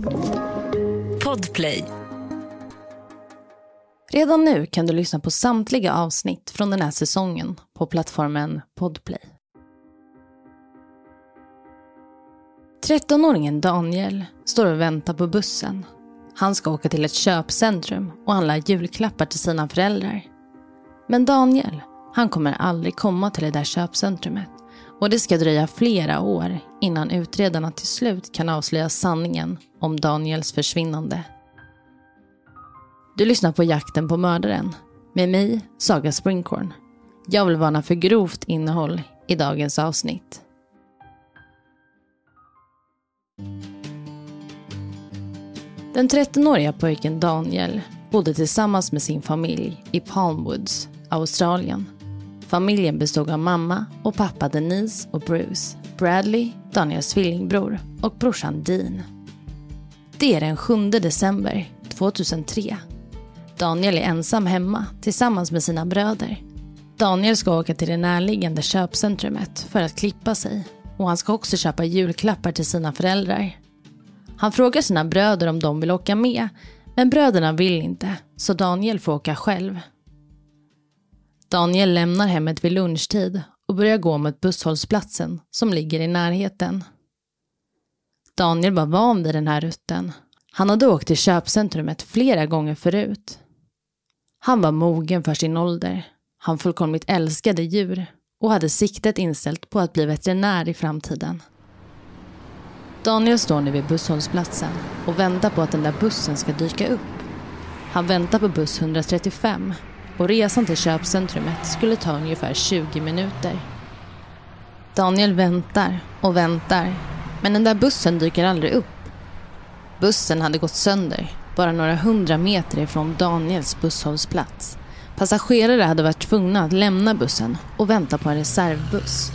Podplay. Redan nu kan du lyssna på samtliga avsnitt från den här säsongen på plattformen Podplay. 13-åringen Daniel står och väntar på bussen. Han ska åka till ett köpcentrum och handla julklappar till sina föräldrar. Men Daniel, han kommer aldrig komma till det där köpcentrumet. Och det ska dröja flera år innan utredarna till slut kan avslöja sanningen om Daniels försvinnande. Du lyssnar på Jakten på mördaren med mig, Saga Springhorn. Jag vill varna för grovt innehåll i dagens avsnitt. Den 13-åriga pojken Daniel bodde tillsammans med sin familj i Palmwoods, Australien. Familjen bestod av mamma och pappa Denise och Bruce, Bradley, Daniels tvillingbror och brorsan Dean. Det är den 7 december 2003. Daniel är ensam hemma tillsammans med sina bröder. Daniel ska åka till det närliggande köpcentrumet för att klippa sig och han ska också köpa julklappar till sina föräldrar. Han frågar sina bröder om de vill åka med, men bröderna vill inte, så Daniel får åka själv. Daniel lämnar hemmet vid lunchtid och börjar gå mot busshållplatsen som ligger i närheten. Daniel var van vid den här rutten. Han hade åkt till köpcentrumet flera gånger förut. Han var mogen för sin ålder. Han fullkomligt älskade djur och hade siktet inställt på att bli veterinär i framtiden. Daniel står nu vid busshållplatsen och väntar på att den där bussen ska dyka upp. Han väntar på buss 135 och resan till köpcentrumet skulle ta ungefär 20 minuter. Daniel väntar och väntar, men den där bussen dyker aldrig upp. Bussen hade gått sönder, bara några 100 meter ifrån Daniels busshållplats. Passagerare hade varit tvungna att lämna bussen och vänta på en reservbuss.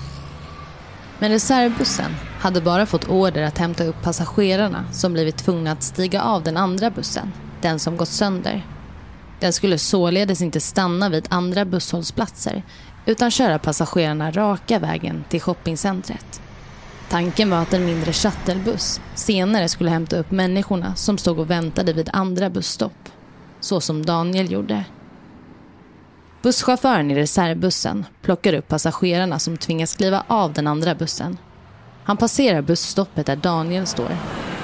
Men reservbussen hade bara fått order att hämta upp passagerarna som blivit tvungna att stiga av den andra bussen, den som gått sönder. Den skulle således inte stanna vid andra busshållplatser utan köra passagerarna raka vägen till shoppingcentret. Tanken var att en mindre shuttlebuss senare skulle hämta upp människorna som stod och väntade vid andra busstopp, så som Daniel gjorde. Busschauffören i reservbussen plockar upp passagerarna som tvingas kliva av den andra bussen. Han passerar busstoppet där Daniel står.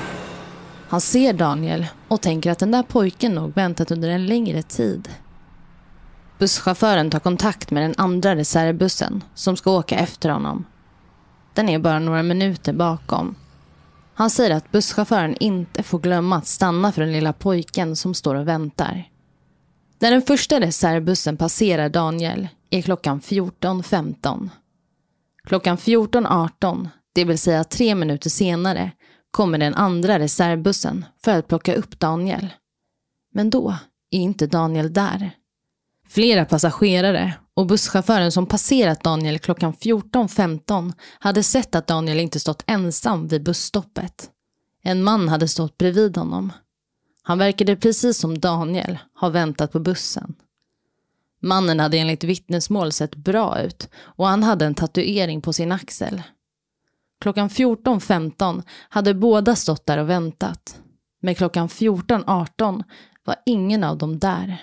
Han ser Daniel och tänker att den där pojken nog väntat under en längre tid. Busschauffören tar kontakt med den andra reservbussen som ska åka efter honom. Den är bara några minuter bakom. Han säger att busschauffören inte får glömma att stanna för den lilla pojken som står och väntar. När den första reservbussen passerar Daniel är klockan 14.15. Klockan 14.18, det vill säga 3 minuter senare, kommer den andra reservbussen för att plocka upp Daniel. Men då är inte Daniel där. Flera passagerare och busschauffören som passerat Daniel klockan 14.15 hade sett att Daniel inte stått ensam vid busstoppet. En man hade stått bredvid honom. Han verkade precis som Daniel ha väntat på bussen. Mannen hade enligt vittnesmål sett bra ut och han hade en tatuering på sin axel. Klockan 14.15 hade båda stått där och väntat. Men klockan 14.18 var ingen av dem där.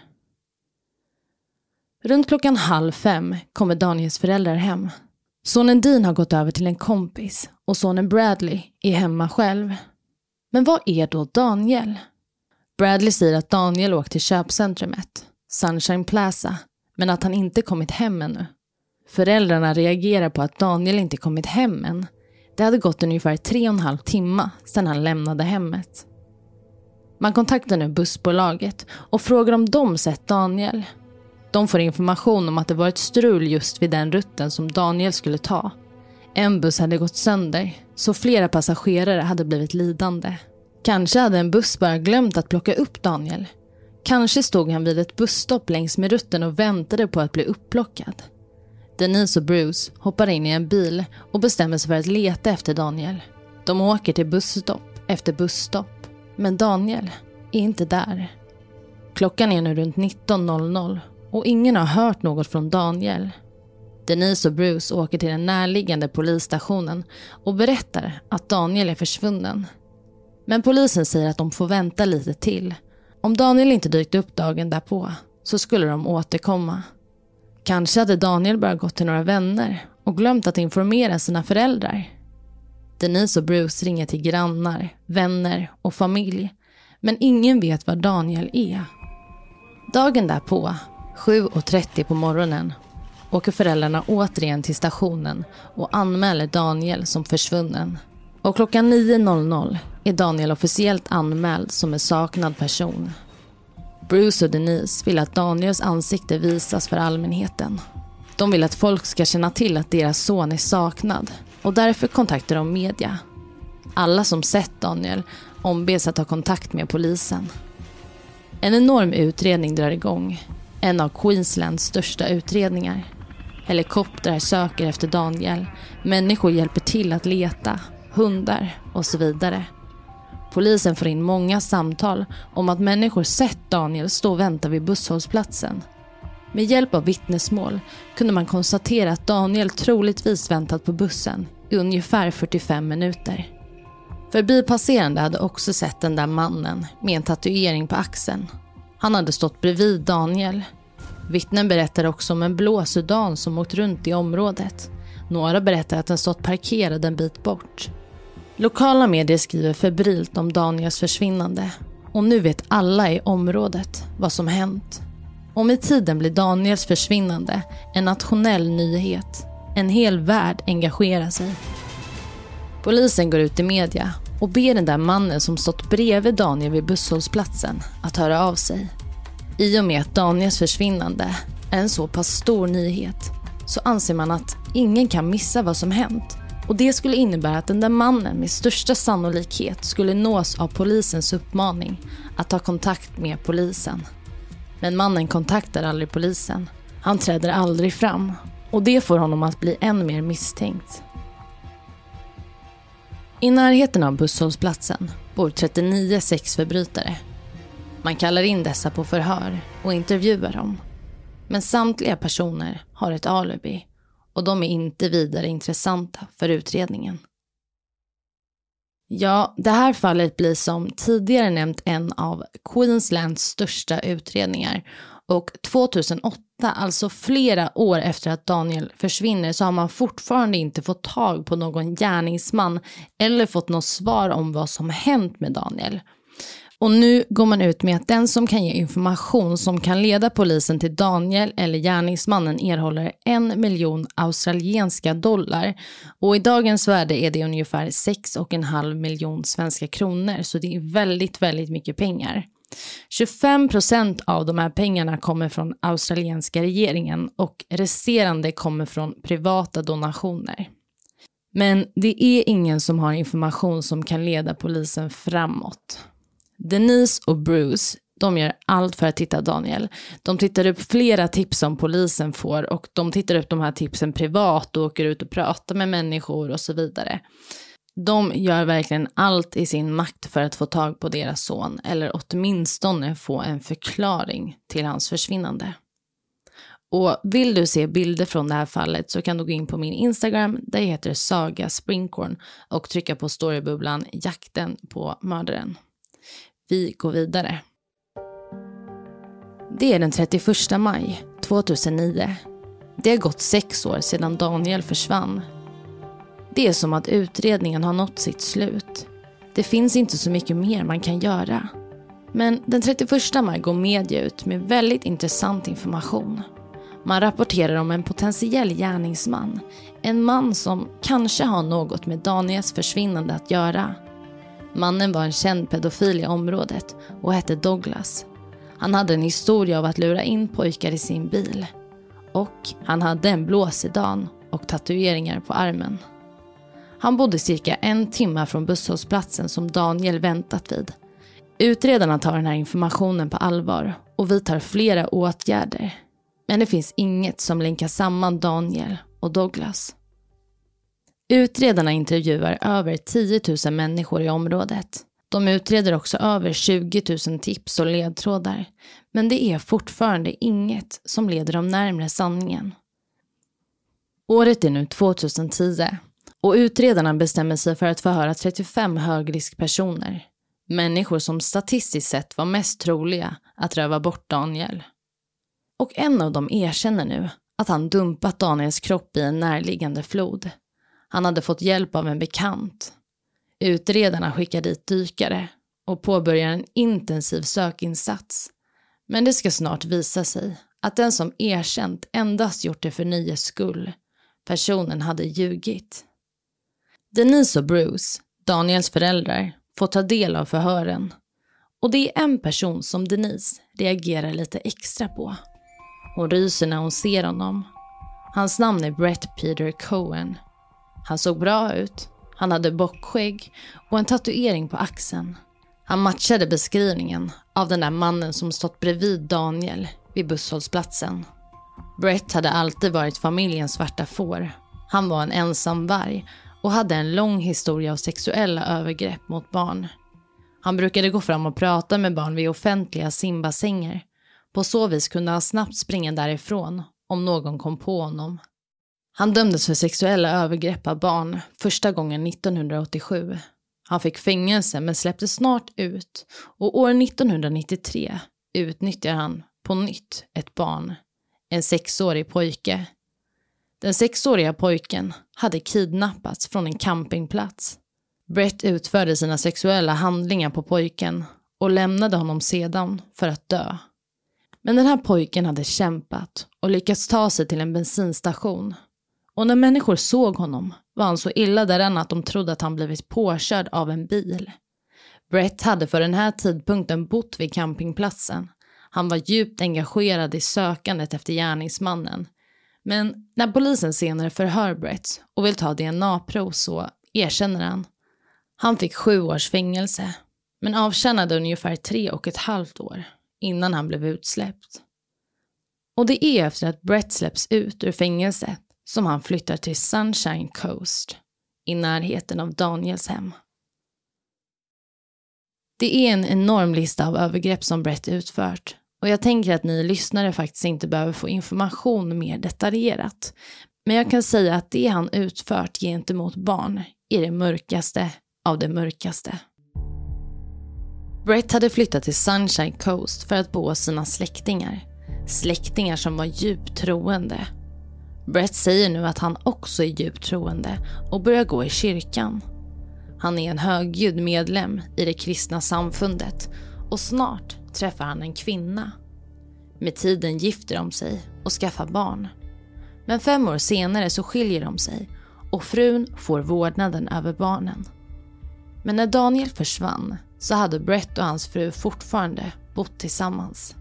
Runt klockan 4:30 kommer Daniels föräldrar hem. Sonen Dean har gått över till en kompis och sonen Bradley är hemma själv. Men vad är då Daniel? Bradley säger att Daniel åkt till köpcentrumet, Sunshine Plaza, men att han inte kommit hem ännu. Föräldrarna reagerar på att Daniel inte kommit hem än. Det hade gått ungefär 3,5 timmar sedan han lämnade hemmet. Man kontaktar nu bussbolaget och frågar om de sett Daniel. De får information om att det var ett strul just vid den rutten som Daniel skulle ta. En buss hade gått sönder, så flera passagerare hade blivit lidande. Kanske hade en buss bara glömt att plocka upp Daniel. Kanske stod han vid ett busstopp längs med rutten och väntade på att bli upplockad. Denise och Bruce hoppar in i en bil och bestämmer sig för att leta efter Daniel. De åker till busstopp efter busstopp, men Daniel är inte där. Klockan är nu runt 19.00 och ingen har hört något från Daniel. Denise och Bruce åker till den närliggande polisstationen och berättar att Daniel är försvunnen. Men polisen säger att de får vänta lite till. Om Daniel inte dykt upp dagen därpå så skulle de återkomma. Kanske hade Daniel bara gått till några vänner och glömt att informera sina föräldrar. Denise och Bruce ringer till grannar, vänner och familj. Men ingen vet var Daniel är. Dagen därpå, 7:30 på morgonen, åker föräldrarna återigen till stationen och anmäler Daniel som försvunnen. Och klockan 9:00 är Daniel officiellt anmäld som en saknad person. Bruce och Denise vill att Daniels ansikte visas för allmänheten. De vill att folk ska känna till att deras son är saknad och därför kontaktar de media. Alla som sett Daniel ombeds att ta kontakt med polisen. En enorm utredning drar igång. En av Queenslands största utredningar. Helikoptrar söker efter Daniel. Människor hjälper till att leta. Hundar och så vidare. Polisen får in många samtal om att människor sett Daniel stå och vänta vid busshållplatsen. Med hjälp av vittnesmål kunde man konstatera att Daniel troligtvis väntat på bussen i ungefär 45 minuter. Förbipasserande hade också sett den där mannen med en tatuering på axeln. Han hade stått bredvid Daniel. Vittnen berättar också om en blå sedan som åkt runt i området. Några berättar att den stått parkerad en bit bort. Lokala medier skriver febrilt om Daniels försvinnande. Och nu vet alla i området vad som hänt. Och med tiden blir Daniels försvinnande en nationell nyhet. En hel värld engagerar sig. Polisen går ut i media och ber den där mannen som stått bredvid Daniel vid busshållplatsen att höra av sig. I och med att Daniels försvinnande är en så pass stor nyhet så anser man att ingen kan missa vad som hänt. Och det skulle innebära att den där mannen med största sannolikhet skulle nås av polisens uppmaning att ta kontakt med polisen. Men mannen kontaktar aldrig polisen. Han träder aldrig fram och det får honom att bli än mer misstänkt. I närheten av busshållplatsen bor 39 sexförbrytare. Man kallar in dessa på förhör och intervjuar dem. Men samtliga personer har ett alibi och de är inte vidare intressanta för utredningen. Ja, det här fallet blir som tidigare nämnt en av Queenslands största utredningar. Och 2008, alltså flera år efter att Daniel försvinner, så har man fortfarande inte fått tag på någon gärningsman eller fått något svar om vad som hänt med Daniel. Och nu går man ut med att den som kan ge information som kan leda polisen till Daniel eller gärningsmannen erhåller 1 miljon australienska dollar. Och i dagens värde är det ungefär 6,5 miljoner svenska kronor, så det är väldigt, väldigt mycket pengar. 25% av de här pengarna kommer från australienska regeringen och resterande kommer från privata donationer. Men det är ingen som har information som kan leda polisen framåt. Denise och Bruce, de gör allt för att hitta Daniel. De tittar upp flera tips som polisen får och de tittar upp de här tipsen privat och åker ut och pratar med människor och så vidare. De gör verkligen allt i sin makt för att få tag på deras son eller åtminstone få en förklaring till hans försvinnande. Och vill du se bilder från det här fallet så kan du gå in på min Instagram, där jag heter Saga Springkorn, och trycka på storybubblan Jakten på mördaren. Vi går vidare. Det är den 31 maj 2009. Det har gått 6 år sedan Daniel försvann. Det är som att utredningen har nått sitt slut. Det finns inte så mycket mer man kan göra. Men den 31 maj går media ut med väldigt intressant information. Man rapporterar om en potentiell gärningsman. En man som kanske har något med Daniels försvinnande att göra. Mannen var en känd pedofil i området och hette Douglas. Han hade en historia av att lura in pojkar i sin bil. Och han hade en blå sedan och tatueringar på armen. Han bodde cirka 1 timme från busshållplatsen som Daniel väntat vid. Utredarna tar den här informationen på allvar och vidtar flera åtgärder. Men det finns inget som länkar samman Daniel och Douglas. Utredarna intervjuar över 10 000 människor i området. De utreder också över 20 000 tips och ledtrådar. Men det är fortfarande inget som leder dem närmare sanningen. Året är nu 2010 och utredarna bestämmer sig för att förhöra 35 högriskpersoner. Människor som statistiskt sett var mest troliga att röva bort Daniel. Och en av dem erkänner nu att han dumpat Daniels kropp i en närliggande flod. Han hade fått hjälp av en bekant. Utredarna skickar dit dykare och påbörjar en intensiv sökinsats. Men det ska snart visa sig att den som erkänt endast gjort det för nöjes skull. Personen hade ljugit. Denise och Bruce, Daniels föräldrar, får ta del av förhören. Och det är en person som Denise reagerar lite extra på. Hon ryser när hon ser honom. Hans namn är Brett Peter Cohen. Han såg bra ut. Han hade bockskägg och en tatuering på axeln. Han matchade beskrivningen av den där mannen som stått bredvid Daniel vid busshållplatsen. Brett hade alltid varit familjens svarta får. Han var en ensam varg och hade en lång historia av sexuella övergrepp mot barn. Han brukade gå fram och prata med barn vid offentliga simbassänger. På så vis kunde han snabbt springa därifrån om någon kom på honom. Han dömdes för sexuella övergrepp av barn första gången 1987. Han fick fängelse men släpptes snart ut och år 1993 utnyttjar han på nytt ett barn, en 6-årig pojke. Den 6-åriga pojken hade kidnappats från en campingplats. Brett utförde sina sexuella handlingar på pojken och lämnade honom sedan för att dö. Men den här pojken hade kämpat och lyckats ta sig till en bensinstation. Och när människor såg honom var han så illa däran att de trodde att han blivit påkörd av en bil. Brett hade för den här tidpunkten bott vid campingplatsen. Han var djupt engagerad i sökandet efter gärningsmannen. Men när polisen senare förhör Brett och vill ta DNA-prov så erkänner han. Han fick 7 års fängelse men avtjänade ungefär 3,5 år innan han blev utsläppt. Och det är efter att Brett släpps ut ur fängelset som han flyttar till Sunshine Coast i närheten av Daniels hem. Det är en enorm lista av övergrepp som Brett utfört och jag tänker att ni lyssnare faktiskt inte behöver få information mer detaljerat. Men jag kan säga att det han utfört gentemot barn är det mörkaste av det mörkaste. Brett hade flyttat till Sunshine Coast för att bo hos sina släktingar. Släktingar som var djupt troende. Brett säger nu att han också är djupt troende och börjar gå i kyrkan. Han är en högljudd medlem i det kristna samfundet och snart träffar han en kvinna. Med tiden gifter de sig och skaffar barn. Men 5 år senare så skiljer de sig och frun får vårdnaden över barnen. Men när Daniel försvann så hade Brett och hans fru fortfarande bott tillsammans.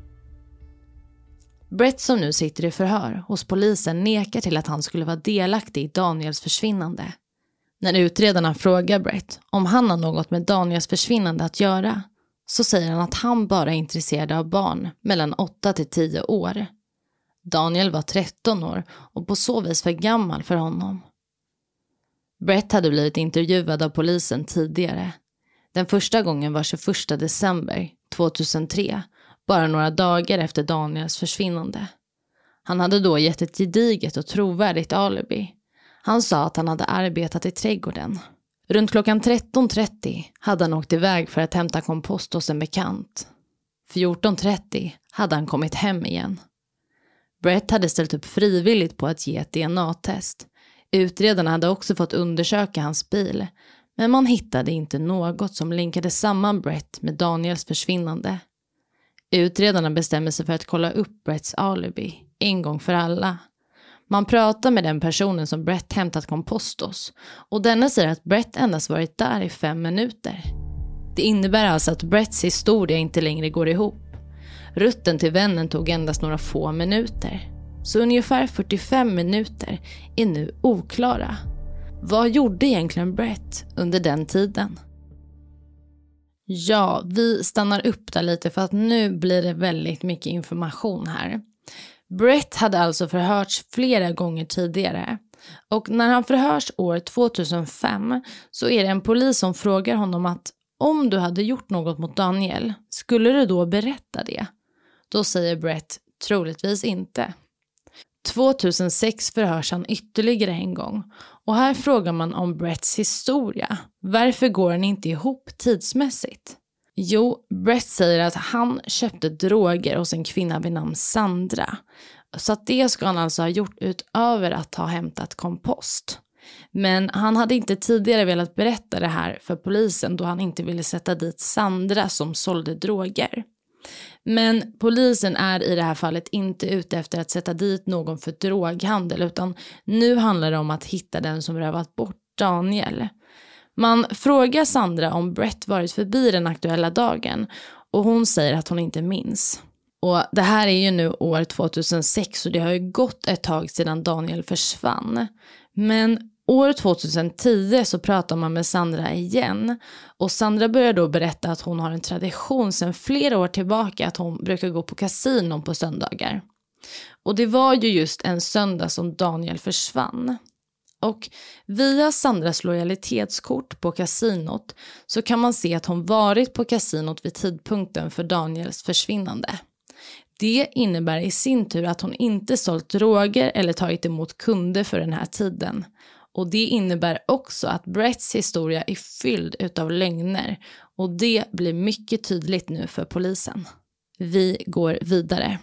Brett som nu sitter i förhör hos polisen nekar till att han skulle vara delaktig i Daniels försvinnande. När utredarna frågar Brett om han har något med Daniels försvinnande att göra så säger han att han bara är intresserad av barn mellan 8 till 10 år. Daniel var 13 år och på så vis för gammal för honom. Brett hade blivit intervjuad av polisen tidigare. Den första gången var 21 december 2003, bara några dagar efter Daniels försvinnande. Han hade då gett ett gediget och trovärdigt alibi. Han sa att han hade arbetat i trädgården. Runt klockan 13:30 hade han åkt iväg för att hämta kompost hos en bekant. 14:30 hade han kommit hem igen. Brett hade ställt upp frivilligt på att ge ett DNA-test. Utredarna hade också fått undersöka hans bil, men man hittade inte något som linkade samman Brett med Daniels försvinnande. Utredarna bestämmer sig för att kolla upp Bretts alibi en gång för alla. Man pratar med den personen som Brett hämtat kompost hos och denna säger att Brett endast varit där i 5 minuter. Det innebär alltså att Bretts historia inte längre går ihop. Rutten till vännen tog endast några få minuter. Så ungefär 45 minuter är nu oklara. Vad gjorde egentligen Brett under den tiden? Ja, vi stannar upp där lite för att nu blir det väldigt mycket information här. Brett hade alltså förhörts flera gånger tidigare. Och när han förhörs år 2005 så är det en polis som frågar honom att om du hade gjort något mot Daniel, skulle du då berätta det? Då säger Brett troligtvis inte. 2006 förhörs han ytterligare en gång och här frågar man om Bretts historia. Varför går den inte ihop tidsmässigt? Jo, Brett säger att han köpte droger hos en kvinna vid namn Sandra. Så att det ska han alltså ha gjort utöver att ha hämtat kompost. Men han hade inte tidigare velat berätta det här för polisen då han inte ville sätta dit Sandra som sålde droger. Men polisen är i det här fallet inte ute efter att sätta dit någon för droghandel, utan nu handlar det om att hitta den som rövat bort Daniel. Man frågar Sandra om Brett varit förbi den aktuella dagen och hon säger att hon inte minns. Och det här är ju nu år 2006 och det har ju gått ett tag sedan Daniel försvann. Men år 2010 så pratar man med Sandra igen och Sandra börjar då berätta att hon har en tradition sedan flera år tillbaka att hon brukar gå på kasinon på söndagar. Och det var ju just en söndag som Daniel försvann. Och via Sandras lojalitetskort på kasinot så kan man se att hon varit på kasinot vid tidpunkten för Daniels försvinnande. Det innebär i sin tur att hon inte sålt droger eller tagit emot kunder för den här tiden. Och det innebär också att Bretts historia är fylld utav lögner och det blir mycket tydligt nu för polisen. Vi går vidare.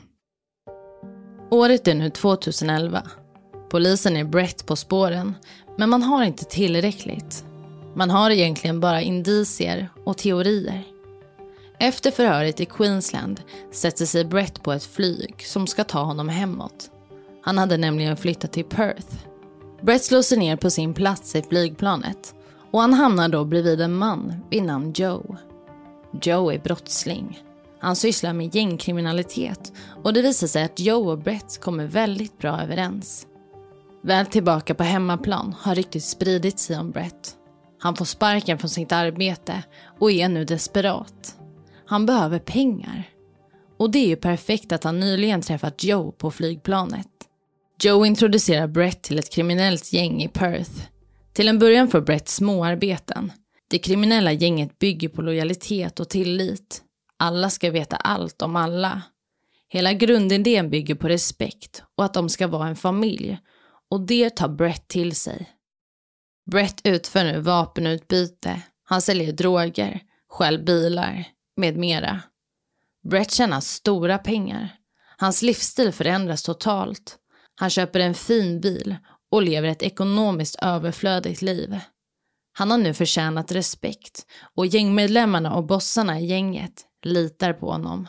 Året är nu 2011. Polisen är Brett på spåren, men man har inte tillräckligt. Man har egentligen bara indicier och teorier. Efter förhöret i Queensland sätter sig Brett på ett flyg som ska ta honom hemåt. Han hade nämligen flyttat till Perth. Brett slår sig ner på sin plats i flygplanet och han hamnar då bredvid en man vid namn Joe. Joe är brottsling. Han sysslar med gängkriminalitet och det visar sig att Joe och Brett kommer väldigt bra överens. Väl tillbaka på hemmaplan har ryktet spridit sig om Brett. Han får sparken från sitt arbete och är nu desperat. Han behöver pengar. Och det är ju perfekt att han nyligen träffat Joe på flygplanet. Joe introducerar Brett till ett kriminellt gäng i Perth. Till en början får Brett småarbeten. Det kriminella gänget bygger på lojalitet och tillit. Alla ska veta allt om alla. Hela grundidén bygger på respekt och att de ska vara en familj. Och det tar Brett till sig. Brett utför nu vapenutbyte. Han säljer droger, stjäl bilar med mera. Brett tjänar stora pengar. Hans livsstil förändras totalt. Han köper en fin bil och lever ett ekonomiskt överflödigt liv. Han har nu förtjänat respekt och gängmedlemmarna och bossarna i gänget litar på honom.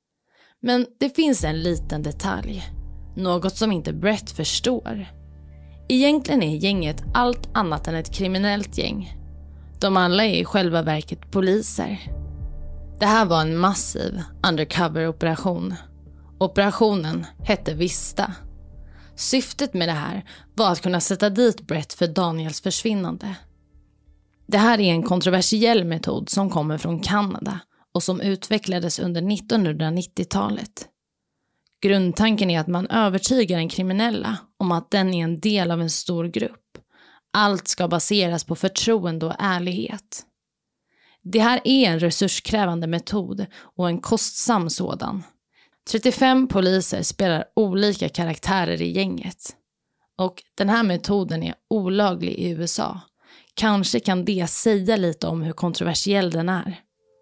Men det finns en liten detalj. Något som inte Brett förstår. Egentligen är gänget allt annat än ett kriminellt gäng. De alla är i själva verket poliser. Det här var en massiv undercover-operation. Operationen hette Vista. Syftet med det här var att kunna sätta dit Brett för Daniels försvinnande. Det här är en kontroversiell metod som kommer från Kanada och som utvecklades under 1990-talet. Grundtanken är att man övertygar en kriminella om att den är en del av en stor grupp. Allt ska baseras på förtroende och ärlighet. Det här är en resurskrävande metod och en kostsam sådan. 35 poliser spelar olika karaktärer i gänget. Och den här metoden är olaglig i USA. Kanske kan det säga lite om hur kontroversiell den är.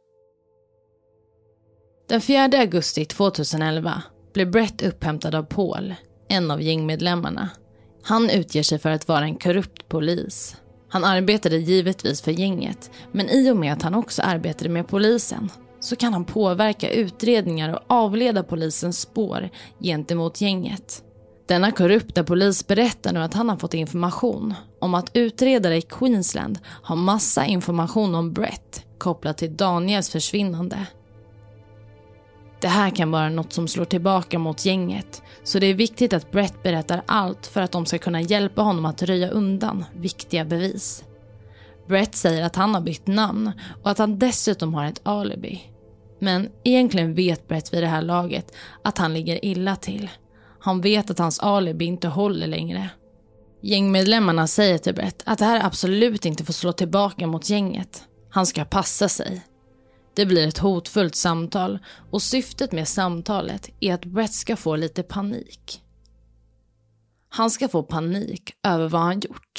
Den 4 augusti 2011 blev Brett upphämtad av Paul, en av gängmedlemmarna. Han utger sig för att vara en korrupt polis. Han arbetade givetvis för gänget, men i och med att han också arbetade med polisen så kan han påverka utredningar och avleda polisens spår gentemot gänget. Denna korrupta polis berättar nu att han har fått information om att utredare i Queensland har massa information om Brett kopplat till Daniels försvinnande. Det här kan vara något som slår tillbaka mot gänget, så det är viktigt att Brett berättar allt för att de ska kunna hjälpa honom att röja undan viktiga bevis. Brett säger att han har bytt namn och att han dessutom har ett alibi. Men egentligen vet Brett vid det här laget att han ligger illa till. Han vet att hans alibi inte håller längre. Gängmedlemmarna säger till Brett att det här absolut inte får slå tillbaka mot gänget. Han ska passa sig. Det blir ett hotfullt samtal och syftet med samtalet är att Brett ska få lite panik. Han ska få panik över vad han gjort.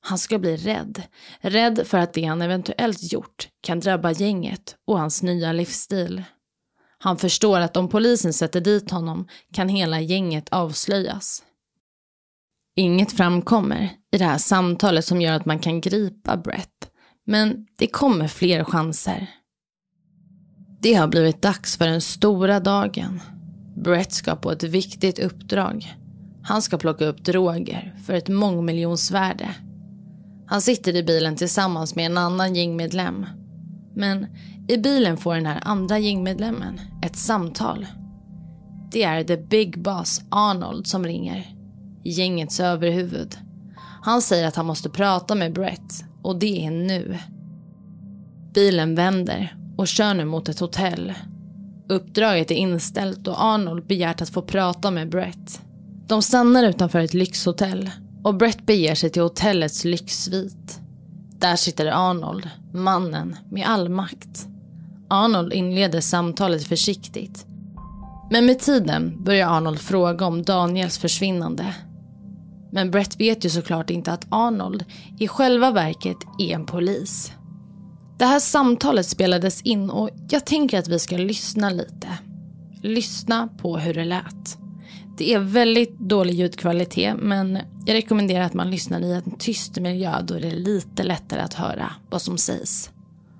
Han ska bli rädd. Rädd för att det han eventuellt gjort kan drabba gänget och hans nya livsstil. Han förstår att om polisen sätter dit honom kan hela gänget avslöjas. Inget framkommer i det här samtalet som gör att man kan gripa Brett. Men det kommer fler chanser. Det har blivit dags för den stora dagen. Brett ska på ett viktigt uppdrag. Han ska plocka upp droger för ett mångmiljonsvärde. Han sitter i bilen tillsammans med en annan gängmedlem. Men i bilen får den här andra gängmedlemmen ett samtal. Det är The Big Boss Arnold som ringer. Gängets överhuvud. Han säger att han måste prata med Brett och det är nu. Bilen vänder och kör nu mot ett hotell. Uppdraget är inställt och Arnold begärt att få prata med Brett. De stannar utanför ett lyxhotell och Brett beger sig till hotellets lyxsvit. Där sitter Arnold, mannen med all makt. Arnold inleder samtalet försiktigt. Men med tiden börjar Arnold fråga om Daniels försvinnande. Men Brett vet ju såklart inte att Arnold i själva verket är en polis. Det här samtalet spelades in och jag tänker att vi ska lyssna lite. Lyssna på hur det lät. Det är väldigt dålig ljudkvalitet, men jag rekommenderar att man lyssnar i en tyst miljö då är det lite lättare att höra vad som sägs.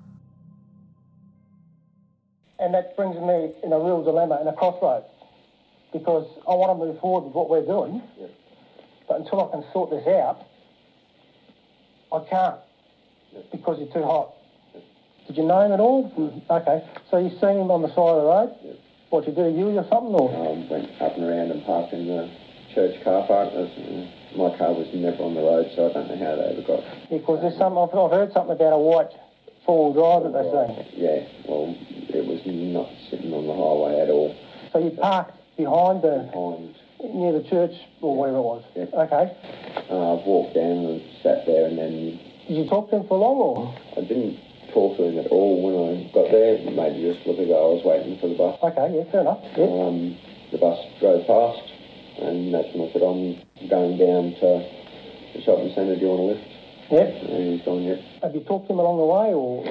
And that brings me in a real dilemma, in a crossroads, because I want to move forward with what we're doing, but until I can sort this out, I can't, because you're too hot. Did you know him at all? Okay, so you seen him on the side of the road? What, you did a U or something? Or? Went up and around and parked in the church car park. My car was never on the road, so I don't know how they ever got. Because there's some, I've heard something about a white four-wheel drive that they say. Yeah, well, it was not sitting on the highway at all. So you parked behind near the church or wherever it was? Yeah. Okay. I've walked down and sat there and then... Did you talk to him for long or? I didn't talk to him at all when I got there. Maybe just look ago, I was waiting for the bus. Okay, yeah, fair enough. Yeah. The bus drove past and that's when I said, I'm going down to the shopping centre, do you want a lift? Yep. And he's gone, yep. Have you talked to him along the way or?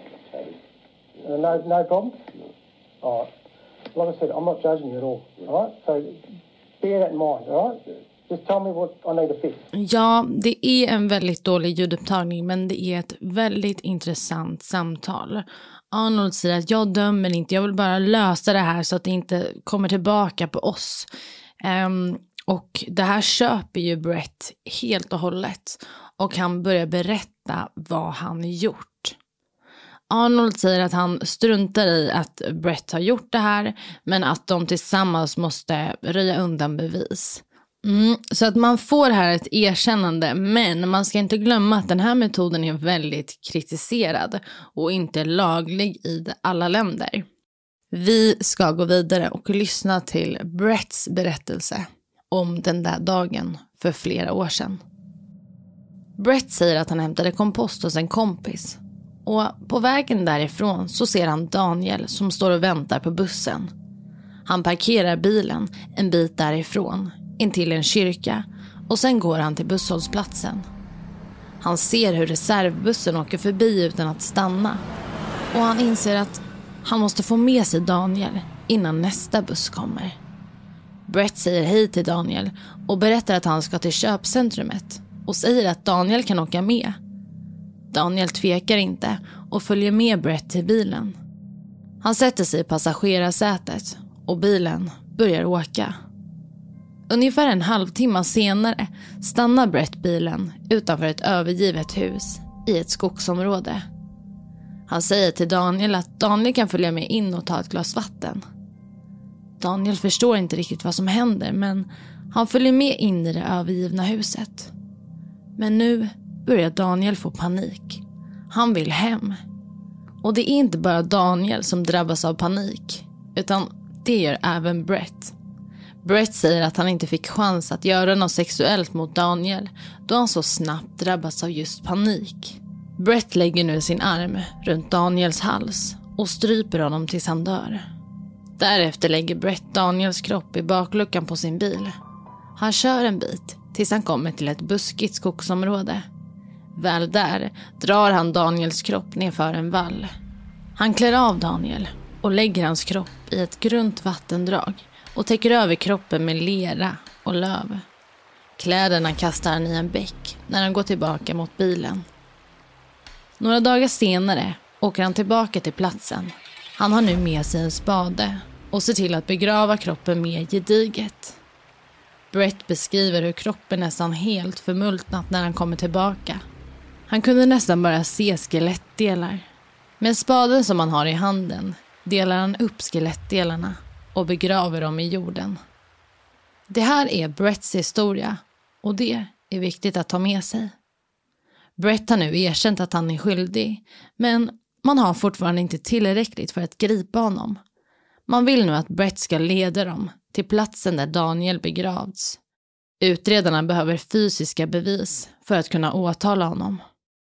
No problem? No. All right. Like I said, I'm not judging you at all. All right? So bear that in mind, all right? Yeah. Just tell me what I need to fix. Ja, det är en väldigt dålig ljudupptagning, men det är ett väldigt intressant samtal. Arnold säger att jag dömer inte, jag vill bara lösa det här så att det inte kommer tillbaka på oss. Och det här köper ju Brett helt och hållet. Och han börjar berätta vad han gjort. Arnold säger att han struntar i att Brett har gjort det här, men att de tillsammans måste röja undan bevis. Så att man får här ett erkännande, men man ska inte glömma att den här metoden är väldigt kritiserad och inte laglig i alla länder. Vi ska gå vidare och lyssna till Bretts berättelse om den där dagen för flera år sedan. Brett säger att han hämtade kompost hos en kompis. Och på vägen därifrån så ser han Daniel som står och väntar på bussen. Han parkerar bilen en bit därifrån, in till en kyrka, och sen går han till busshållplatsen. Han ser hur reservbussen åker förbi utan att stanna. Och han inser att han måste få med sig Daniel innan nästa buss kommer. Brett säger hej till Daniel och berättar att han ska till köpcentrumet och säger att Daniel kan åka med. Daniel tvekar inte och följer med Brett till bilen. Han sätter sig i passagerarsätet och bilen börjar åka. Ungefär en halvtimme senare stannar Brett bilen utanför ett övergivet hus i ett skogsområde. Han säger till Daniel att Daniel kan följa med in och ta ett glas vatten. Daniel förstår inte riktigt vad som händer, men han följer med in i det övergivna huset. Men nu börjar Daniel få panik. Han vill hem. Och det är inte bara Daniel som drabbas av panik, utan det gör även Brett. Brett säger att han inte fick chans att göra något sexuellt mot Daniel då han så snabbt drabbas av just panik. Brett lägger nu sin arm runt Daniels hals och stryper honom tills han dör. Därefter lägger Brett Daniels kropp i bakluckan på sin bil. Han kör en bit tills han kommer till ett buskigt skogsområde. Väl där drar han Daniels kropp nerför en vall. Han klär av Daniel och lägger hans kropp i ett grunt vattendrag och täcker över kroppen med lera och löv. Kläderna kastar han i en bäck när han går tillbaka mot bilen. Några dagar senare åker han tillbaka till platsen. Han har nu med sig en spade och ser till att begrava kroppen mer gediget. Brett beskriver hur kroppen nästan helt förmultnat när han kommer tillbaka. Han kunde nästan bara se skelettdelar. Med spaden som han har i handen delar han upp skelettdelarna och begraver dem i jorden. Det här är Bretts historia och det är viktigt att ta med sig. Brett har nu erkänt att han är skyldig, men man har fortfarande inte tillräckligt för att gripa honom. Man vill nu att Brett ska leda dem till platsen där Daniel begravts. Utredarna behöver fysiska bevis för att kunna åtala honom.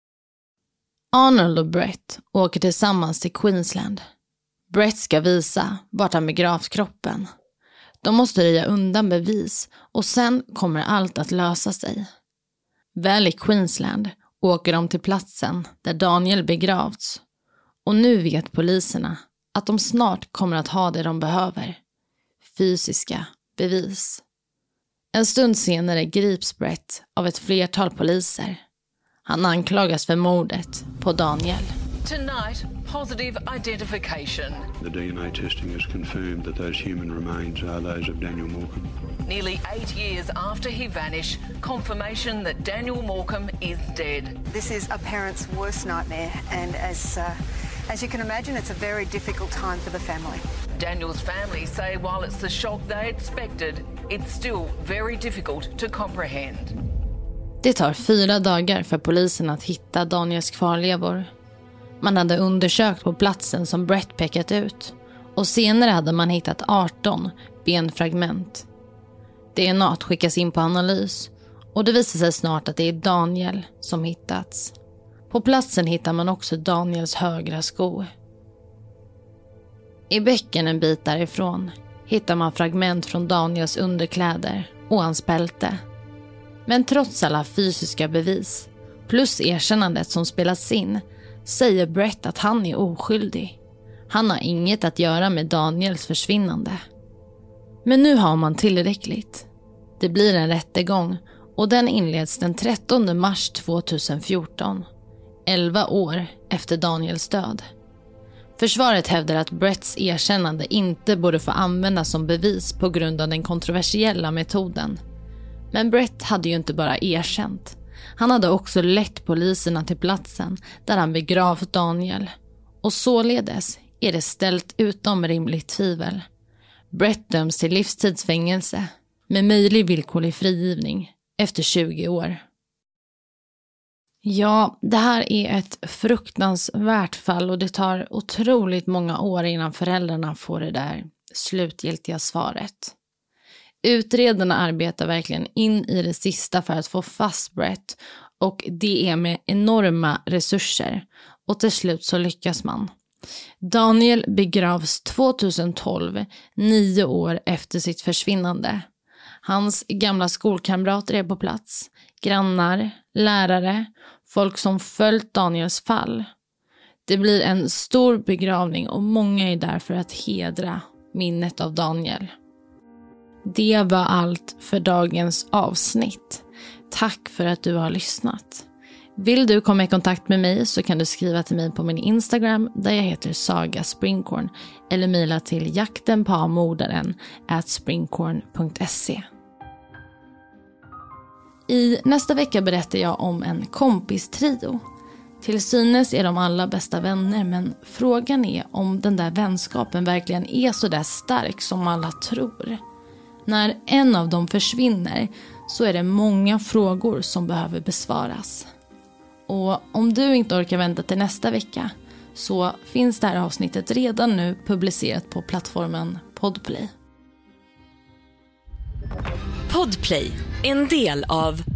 Arnold och Brett åker tillsammans till Queensland. Brett ska visa vart han begravt kroppen. De måste röja undan bevis och sen kommer allt att lösa sig. Väl i Queensland åker de till platsen där Daniel begravts. Och nu vet poliserna att de snart kommer att ha det de behöver. Fysiska bevis. En stund senare grips Brett av ett flertal poliser. Han anklagas för mordet på Daniel. Tonight, positive identification. The DNA testing has confirmed that those human remains are those of Daniel Morecambe. Nearly 8 years after he vanished, confirmation that Daniel Morecambe is dead. This is a parent's worst nightmare, and as you can imagine, it's a very difficult time for the family. Daniel's family say while it's the shock they expected, it's still very difficult to comprehend. Det tar 4 dagar för polisen att hitta Daniels kvarlevor. Man hade undersökt på platsen som Brett pekat ut och senare hade man hittat 18 benfragment. DNA skickas in på analys och det visar sig snart att det är Daniel som hittats. På platsen hittar man också Daniels högra sko. I bäcken en bit därifrån hittar man fragment från Daniels underkläder och hans bälte. Men trots alla fysiska bevis, plus erkännandet som spelats in, säger Brett att han är oskyldig. Han har inget att göra med Daniels försvinnande. Men nu har man tillräckligt. Det blir en rättegång och den inleds den 13 mars 2014, 11 år efter Daniels död. Försvaret hävdar att Bretts erkännande inte borde få användas som bevis på grund av den kontroversiella metoden. Men Brett hade ju inte bara erkänt. Han hade också lett poliserna till platsen där han begravt Daniel. Och således är det ställt utom rimligt tvivel. Brett döms till livstidsfängelse med möjlig villkorlig frigivning efter 20 år. Ja, det här är ett fruktansvärt fall och det tar otroligt många år innan föräldrarna får det där slutgiltiga svaret. Utredarna arbetar verkligen in i det sista för att få fast Brett och det är med enorma resurser och till slut så lyckas man. Daniel begravs 2012, 9 år efter sitt försvinnande. Hans gamla skolkamrater är på plats, grannar, lärare, folk som följt Daniels fall. Det blir en stor begravning och många är där för att hedra minnet av Daniel. Det var allt för dagens avsnitt. Tack för att du har lyssnat. Vill du komma i kontakt med mig så kan du skriva till mig på min Instagram där jag heter Saga Springhorn eller mejla till jaktenpamordaren@springhorn.se. I nästa vecka berättar jag om en kompistrio. Till synes är de alla bästa vänner, men frågan är om den där vänskapen verkligen är så där stark som alla tror. När en av dem försvinner så är det många frågor som behöver besvaras. Och om du inte orkar vänta till nästa vecka så finns det här avsnittet redan nu publicerat på plattformen Podplay. Podplay, en del av